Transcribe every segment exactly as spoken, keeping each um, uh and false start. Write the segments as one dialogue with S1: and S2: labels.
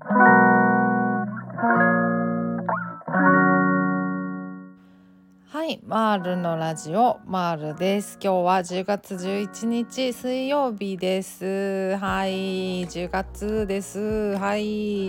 S1: はい、マールのラジオマールです。今日はじゅうがつじゅういちにち水曜日です。はい、じゅうがつです。はい、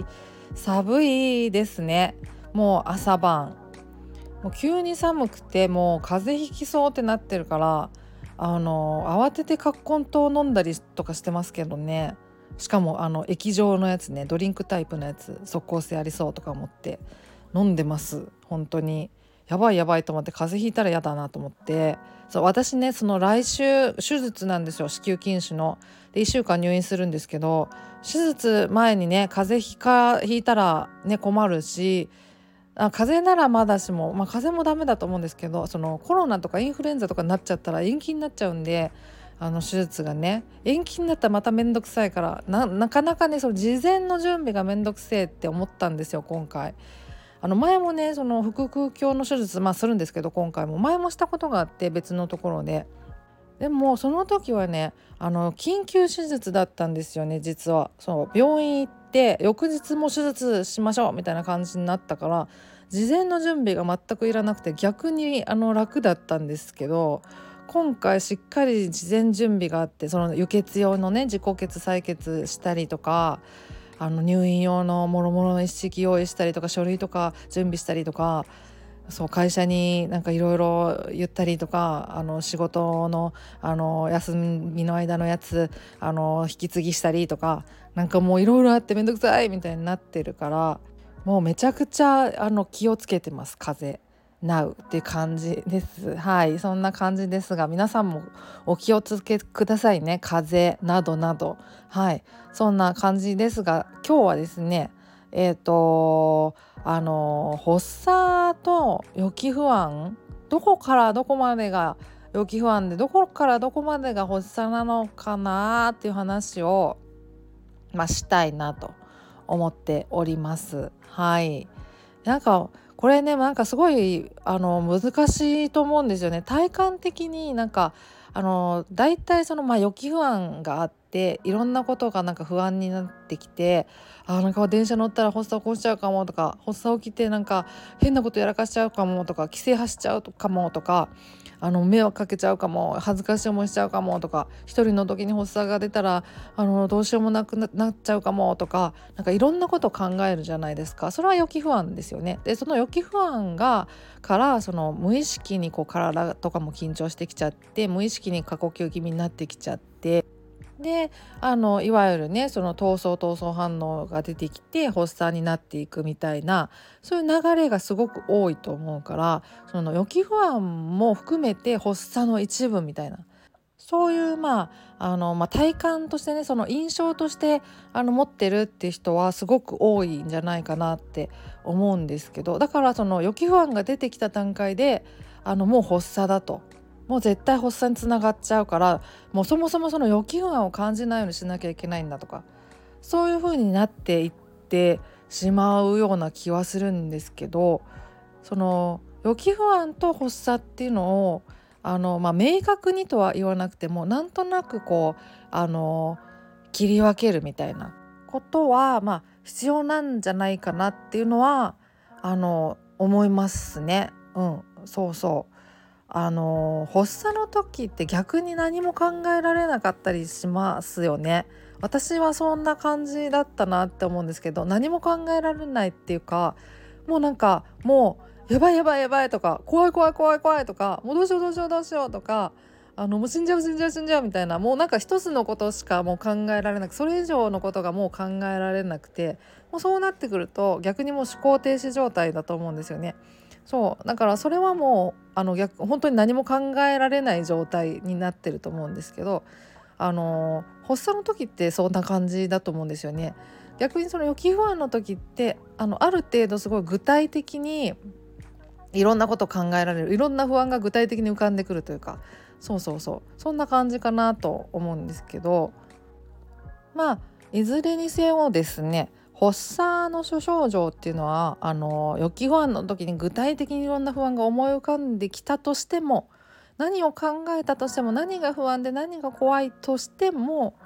S1: 寒いですね。もう朝晩もう急に寒くて、もう風邪ひきそうってなってるから、あの慌てて葛根湯飲んだりとかしてますけどね。しかもあの液状のやつね、ドリンクタイプのやつ、即効性ありそうとか思って飲んでます。本当にやばいやばいと思って、風邪ひいたらやだなと思って。そう、私ね、その来週手術なんですよ、子宮筋腫の。でいっしゅうかん入院するんですけど、手術前にね風邪ひかひいたらね困るし、あ風邪ならまだしも、まあ、風邪もダメだと思うんですけど、そのコロナとかインフルエンザとかになっちゃったら延期になっちゃうんで、あの手術がね延期になったらまためんどくさいから、 な, なかなかねその事前の準備がめんどくせえって思ったんですよ今回。あの前もねその腹腔鏡の手術、まあ、するんですけど、今回も前もしたことがあって、別のところで。でもその時はねあの緊急手術だったんですよね。実はそう病院行って翌日も手術しましょうみたいな感じになったから、事前の準備が全くいらなくて逆にあの楽だったんですけど、今回しっかり事前準備があって、その輸血用のね自己血採血したりとか、あの入院用のもろもろの一式用意したりとか、書類とか準備したりとか、そう会社になんかいろいろ言ったりとか、あの仕事のあの休みの間のやつあの引き継ぎしたりとか、なんかもういろいろあってめんどくさいみたいになってるから、もうめちゃくちゃあの気をつけてます。風なうっていう感じです。はい、そんな感じですが、皆さんもお気をつけくださいね。風邪などなど、はい、そんな感じですが、今日はですねえっ、とあの発作と予期不安、どこからどこまでが予期不安で、どこからどこまでが発作なのかなっていう話を、まあ、したいなと思っております。はい、なんかこれねなんかすごいあの難しいと思うんですよね。体感的になんかあのだいたいそのまあ予期不安があって、いろんなことがなんか不安になってきて、あなんか電車乗ったら発作起こしちゃうかもとか、発作起きてなんか変なことやらかしちゃうかもとか、規制走っちゃうかもとか、あの迷惑かけちゃうかも、恥ずかしい思いしちゃうかもとか、一人の時に発作が出たらあのどうしようもなくななっちゃうかもとか、なんかいろんなことを考えるじゃないですか。それは予期不安ですよね。でその予期不安がからその無意識にこう体とかも緊張してきちゃって、無意識に過呼吸気味になってきちゃって、であのいわゆるねその闘争闘争反応が出てきて発作になっていくみたいな、そういう流れがすごく多いと思うから、その予期不安も含めて発作の一部みたいな、そういう、まああのまあ、体感としてね、その印象としてあの持ってるっていう人はすごく多いんじゃないかなって思うんですけど、だからその予期不安が出てきた段階であのもう発作だと、もう絶対発作につながっちゃうから、もうそもそもその予期不安を感じないようにしなきゃいけないんだとか、そういう風になっていってしまうような気はするんですけど、その予期不安と発作っていうのをあの、まあ、明確にとは言わなくても、なんとなくこうあの切り分けるみたいなことは、まあ、必要なんじゃないかなっていうのはあの思いますね。うん、そうそう。あの発作の時って逆に何も考えられなかったりしますよね。私はそんな感じだったなって思うんですけど、何も考えられないっていうか、もうなんかもうやばいやばいやばいとか、怖い怖い怖い怖いとか、もうどうしようどうしようどうしようとか、あのもう死んじゃう死んじゃう死んじゃうみたいな、もうなんか一つのことしかもう考えられなく、それ以上のことがもう考えられなくて、もうそうなってくると逆にもう思考停止状態だと思うんですよね。そうだからそれはもうあの逆本当に何も考えられない状態になってると思うんですけど、あの発作の時ってそんな感じだと思うんですよね。逆にその予期不安の時ってあのある程度すごい具体的にいろんなこと考えられる、いろんな不安が具体的に浮かんでくるというか、そうそうそう、そんな感じかなと思うんですけど、まあいずれにせよですね、発作の諸症状っていうのはあの予期不安の時に具体的にいろんな不安が思い浮かんできたとしても、何を考えたとしても、何が不安で何が怖いとしても、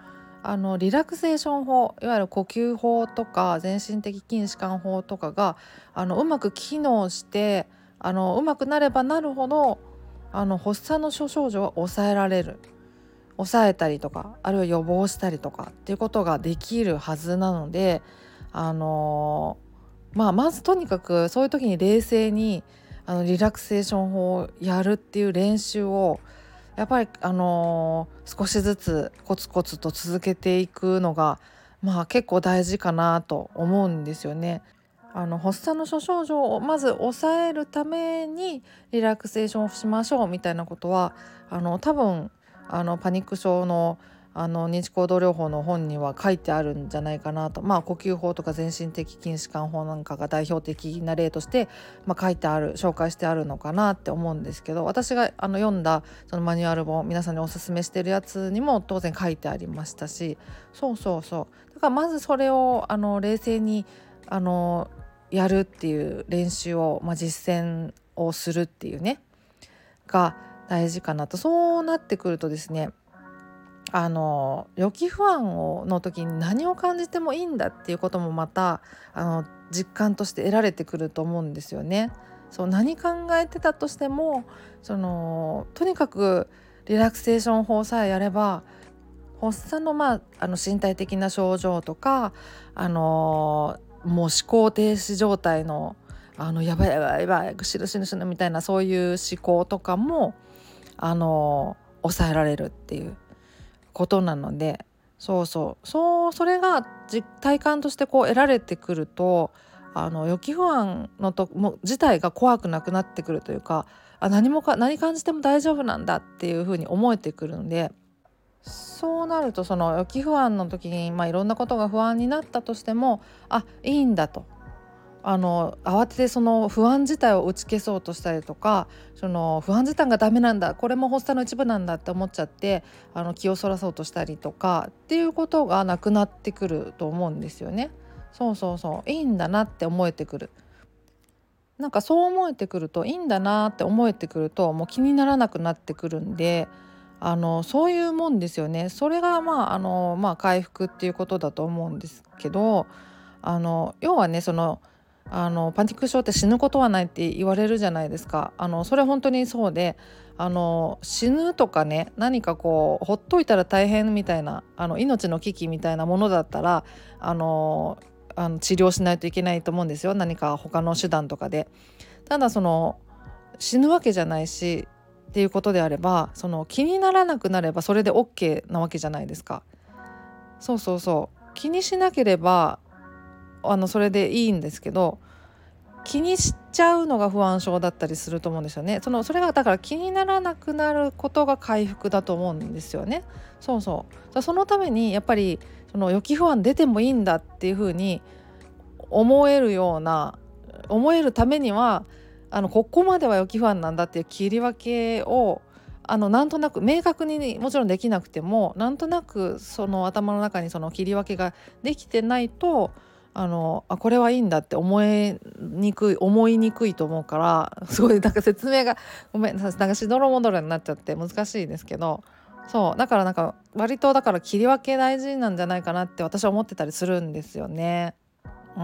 S1: あのリラクゼーション法、いわゆる呼吸法とか全身的筋弛緩法とかがあのうまく機能して、あのうまくなればなるほど、あの発作の諸症状は抑えられる、抑えたりとか、あるいは予防したりとかっていうことができるはずなので、あのまあ、まずとにかくそういう時に冷静にあのリラクゼーション法をやるっていう練習をやっぱり、あのー少しずつコツコツと続けていくのが、まあ、結構大事かなと思うんですよね。あの発作の諸症状をまず抑えるためにリラクゼーションをしましょうみたいなことは、あの多分あのパニック症のあの認知行動療法の本には書いてあるんじゃないかなと、まあ、呼吸法とか全身的筋弛緩法なんかが代表的な例として、まあ、書いてある紹介してあるのかなって思うんですけど、私があの読んだそのマニュアル本、皆さんにおすすめしてるやつにも当然書いてありましたし、そうそうそう、だからまずそれをあの冷静にあのやるっていう練習を、まあ、実践をするっていうねが大事かなと。そうなってくるとですね、あの予期不安をの時に何を感じてもいいんだっていうこともまたあの実感として得られてくると思うんですよね。そう、何考えてたとしても、そのとにかくリラクゼーション法さえやれば、発作の、まあ、あの身体的な症状とか、あのもう思考停止状態の、あのやばいやばいやばい死ぬ死ぬ死ぬみたいな、そういう思考とかもあの抑えられるっていうことなので、そうそうそうそれが実体感としてこう得られてくると、あの予期不安のとも自体が怖くなくなってくるというか、あ何もか何感じても大丈夫なんだっていうふうに思えてくるので、そうなるとその予期不安の時に、まあ、いろんなことが不安になったとしても、あいいんだと、あの慌ててその不安自体を打ち消そうとしたりとか、その不安自体がダメなんだ、これも発作の一部なんだって思っちゃって、あの気をそらそうとしたりとかっていうことがなくなってくると思うんですよね。そうそうそう、いいんだなって思えてくる。なんかそう思えてくると、いいんだなって思えてくると、もう気にならなくなってくるんで、あのそういうもんですよね。それがまああの、まあ、回復っていうことだと思うんですけど、あの要はね、そのあのパニック症って死ぬことはないって言われるじゃないですか。あのそれ本当にそうで、あの死ぬとかね、何かこうほっといたら大変みたいな、あの命の危機みたいなものだったら、あのあの治療しないといけないと思うんですよ、何か他の手段とかで。ただその死ぬわけじゃないしっていうことであれば、その気にならなくなればそれで OK なわけじゃないですか。そうそうそう、気にしなければあのそれでいいんですけど、気にしちゃうのが不安症だったりすると思うんですよね。そのそれがだから気にならなくなることが回復だと思うんですよね。そうそう、そのためにやっぱりその予期不安出てもいいんだっていうふうに思えるような思えるためには、あのここまでは予期不安なんだっていう切り分けを、あのなんとなく明確にもちろんできなくても、なんとなくその頭の中にその切り分けができてないと、あのあこれはいいんだって思いにくい思いにくいと思うから、すごいなんか説明がごめんなんかしどろもどろになっちゃって難しいですけど、そうだからなんか割とだから切り分け大事なんじゃないかなって私は思ってたりするんですよね。うん、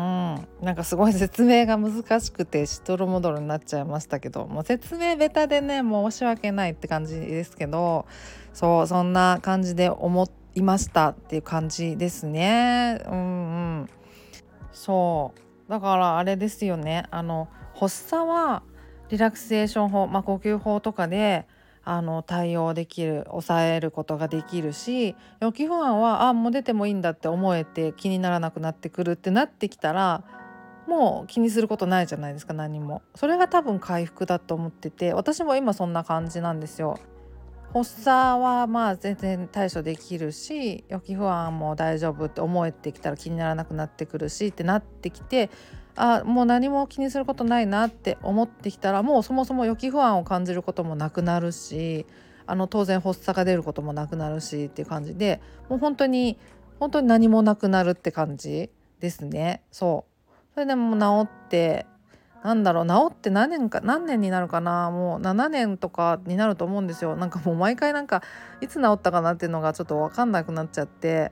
S1: なんかすごい説明が難しくてしどろもどろになっちゃいましたけど、もう説明ベタでね、もう申し訳ないって感じですけど、そうそんな感じで思いましたっていう感じですね。うんうん、そうだからあれですよね、あの発作はリラクゼーション法、まあ、呼吸法とかであの対応できる、抑えることができるし、予期不安はあもう出てもいいんだって思えて気にならなくなってくるってなってきたら、もう気にすることないじゃないですか、何も。それが多分回復だと思ってて、私も今そんな感じなんですよ。発作はまあ全然対処できるし、予期不安も大丈夫って思えてきたら気にならなくなってくるしってなってきて、あもう何も気にすることないなって思ってきたら、もうそもそも予期不安を感じることもなくなるし、あの当然発作が出ることもなくなるしっていう感じで、もう本当に本当に何もなくなるって感じですね。そうそれでもう治って、なんだろう、治って何年か何年になるかな、もうななねんとかになると思うんですよ。なんかもう毎回なんかいつ治ったかなっていうのがちょっと分かんなくなっちゃって、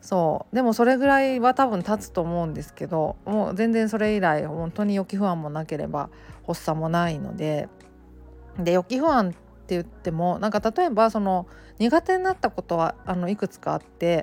S1: そうでもそれぐらいは多分経つと思うんですけど、もう全然それ以来本当に予期不安もなければ発作もないので、で予期不安って言ってもなんか例えばその苦手になったことはあのいくつかあって、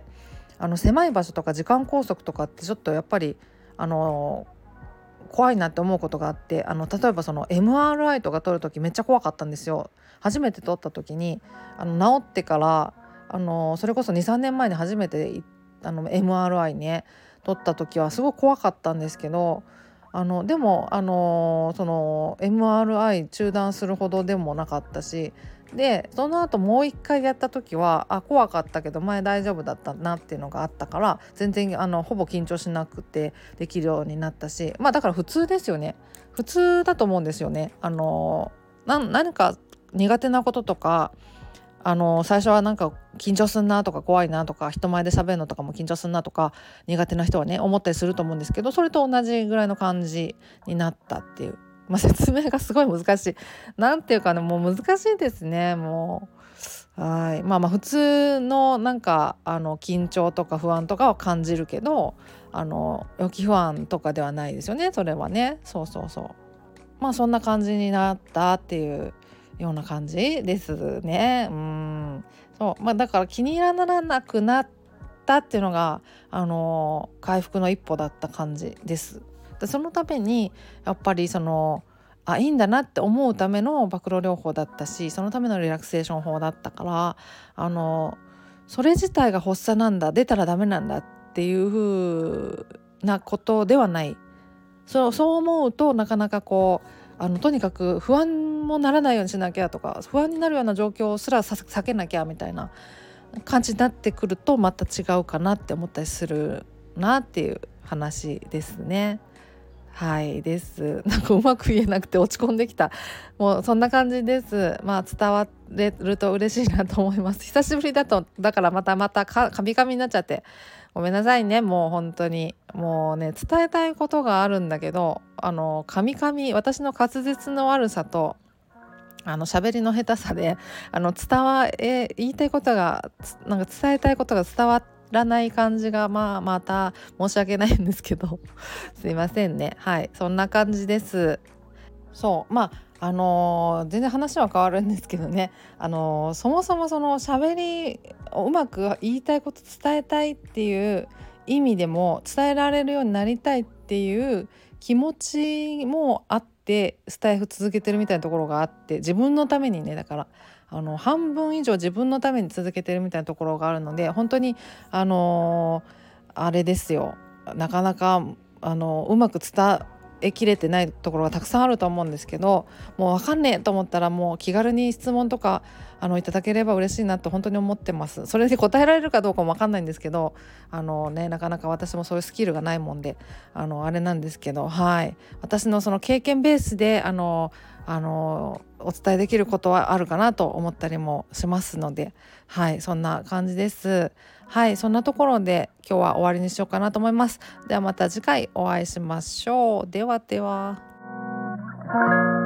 S1: あの狭い場所とか時間拘束とかってちょっとやっぱりあの怖いなって思うことがあって、あの例えばその エムアールアイ とか撮る時めっちゃ怖かったんですよ。初めて撮った時にあの治ってからあのそれこそ にさんねんまえに初めてあの エムアールアイ ね撮った時はすごい怖かったんですけど、あのでもあのその エムアールアイ 中断するほどでもなかったし、でその後もう一回やった時はあ怖かったけど前大丈夫だったなっていうのがあったから、全然あのほぼ緊張しなくてできるようになったし、まあだから普通ですよね。普通だと思うんですよね。あのな何か苦手なこととか、あの最初はなんか緊張すんなとか怖いなとか人前で喋るのとかも緊張すんなとか苦手な人はね思ったりすると思うんですけど、それと同じぐらいの感じになったっていう、まあ、説明がすごい難しい、なんていうかね、もう難しいですね。もうはいまあまあ普通のなんかあの緊張とか不安とかは感じるけど、あの予期不安とかではないですよね、それはね。そうそうそう、まあそんな感じになったっていうような感じですね。うんそうまあだから気にならなくなったっていうのがあの回復の一歩だった感じです。でそのためにやっぱりそのあいいんだなって思うための暴露療法だったし、そのためのリラクゼーション法だったから、あのそれ自体が発作なんだ、出たらダメなんだっていう風なことではない。そうそう思うとなかなかこうあのとにかく不安もならないようにしなきゃとか、不安になるような状況すらさ避けなきゃみたいな感じになってくるとまた違うかなって思ったりするなっていう話ですね。はいですなんかうまく言えなくて落ち込んできた。もうそんな感じです。まあ伝われると嬉しいなと思います。久しぶりだとだからまたまたかカミカミになっちゃってごめんなさいね。もう本当にもうね伝えたいことがあるんだけど、あのカミカミ私の滑舌の悪さとあの喋りの下手さであの伝わえ言いたいことがなんか伝えたいことが伝わらない感じがまあまた申し訳ないんですけどすいませんね。はいそんな感じです。そうまああのー全然話は変わるんですけどね、あのーそもそもその喋りをうまく言いたいこと伝えたいっていう意味でも伝えられるようになりたいっていう気持ちもあってスタイフ続けてるみたいなところがあって、自分のためにね、だからあの半分以上自分のために続けてるみたいなところがあるので、本当にあのーあれですよ、なかなかあのうまく伝えきれてないところがたくさんあると思うんですけど、もう分かんねえと思ったらもう気軽に質問とかあのいただければ嬉しいなと本当に思ってます。それで答えられるかどうかも分かんないんですけど、あのねなかなか私もそういうスキルがないもんであのあれなんですけど、はい私のその経験ベースであのあのお伝えできることはあるかなと思ったりもしますので、はいそんな感じです。はいそんなところで今日は終わりにしようかなと思います。ではまた次回お会いしましょう。ではでは。